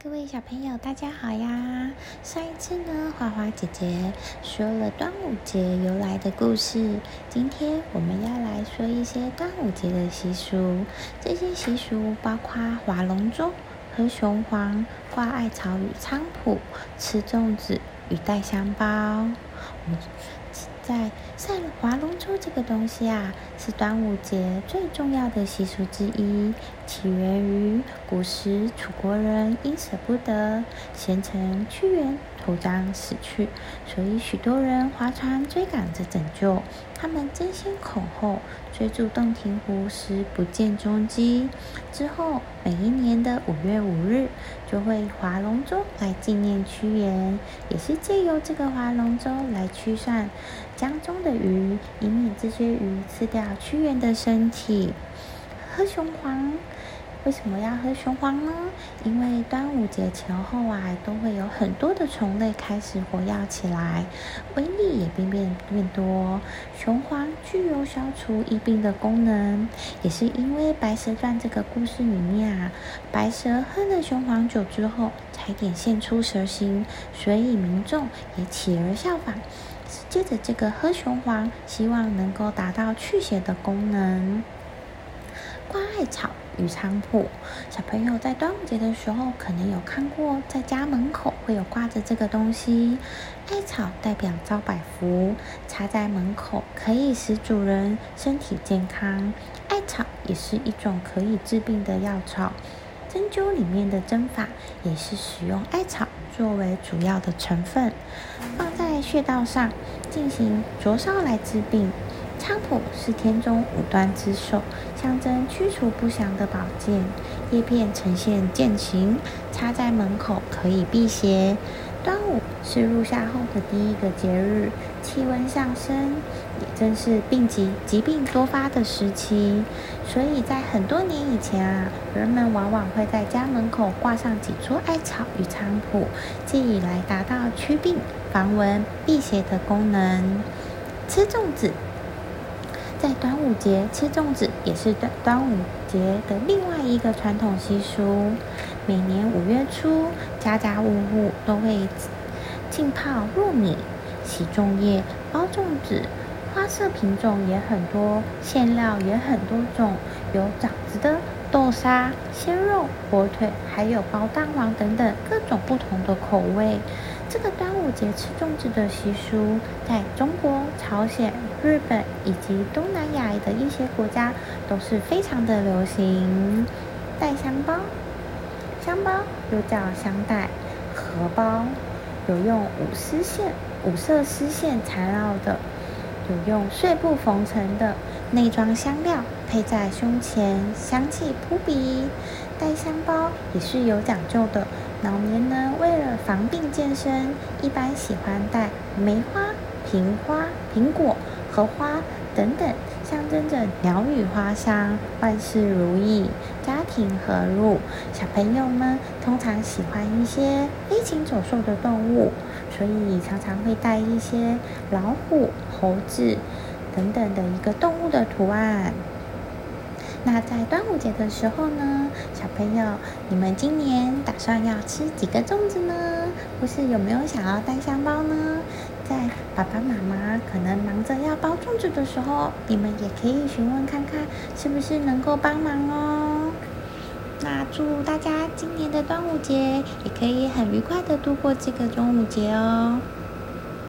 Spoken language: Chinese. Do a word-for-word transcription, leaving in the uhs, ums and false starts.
各位小朋友大家好呀。上一次呢，花花姐姐说了端午节由来的故事，今天我们要来说一些端午节的习俗。这些习俗包括划龙舟、喝雄黄、挂艾草与菖蒲、吃粽子与带香包。我们在赛划龙舟这个东西啊，是端午节最重要的习俗之一，起源于古时楚国人因舍不得贤臣屈原投江死去，所以许多人划船追赶着拯救。他们争先恐后追逐洞庭湖时不见踪迹，之后每一年的五月五日就会划龙舟来纪念屈原，也是借由这个划龙舟来驱散江中的鱼，以免这些鱼吃掉屈原的身体。喝雄黄，为什么要喝雄黄呢？因为端午节前后啊，都会有很多的虫类开始活跃起来，威力也变变变多。雄黄具有消除疫病的功能，也是因为《白蛇传》这个故事里面啊，白蛇喝了雄黄酒之后，差点现出蛇形，所以民众也起而效仿。接着这个喝雄黄，希望能够达到驱邪的功能。挂艾草与菖蒲，小朋友在端午节的时候可能有看过，在家门口会有挂着这个东西。艾草代表招百福，插在门口可以使主人身体健康。艾草也是一种可以治病的药草，针灸里面的针法也是使用艾草作为主要的成分，放在穴道上进行灼烧来治病。菖蒲是天中五端之首，象征驱除不祥的宝剑，叶片呈现剑形，插在门口可以辟邪。端午是入夏后的第一个节日，气温上升，也正是病疾疾病多发的时期，所以在很多年以前啊，人们往往会在家门口挂上几株艾草与菖蒲，借以来达到驱病、防蚊、辟邪的功能。吃粽子，在端午节吃粽子也是端午节的另外一个传统习俗。每年五月初，家家户户都会浸泡糯米、洗粽叶、包粽子，花色品种也很多，馅料也很多种，有枣子的、豆沙、鲜肉、火腿，还有包蛋黄等等各种不同的口味。这个端午节吃粽子的习俗，在中国、朝鲜、日本以及东南亚的一些国家都是非常的流行。带香包，香包又叫香袋、荷包，有用五丝线、五色丝线缠绕的，有用碎布缝成的，内装香料，配在胸前，香气扑鼻。带香包也是有讲究的，老年呢为了防病健身，一般喜欢带梅花、苹花、苹果、荷花等等，象征着鸟语花香，万事如意，家庭和睦。小朋友们通常喜欢一些飞禽走兽的动物，所以常常会带一些老虎、猴子等等的一个动物的图案。那在端午节的时候呢，小朋友，你们今年打算要吃几个粽子呢？或是有没有想要带香包呢？在爸爸妈妈可能忙着要包粽子的时候，你们也可以询问看看，是不是能够帮忙哦。那祝大家今年的端午节也可以很愉快的度过这个端午节哦。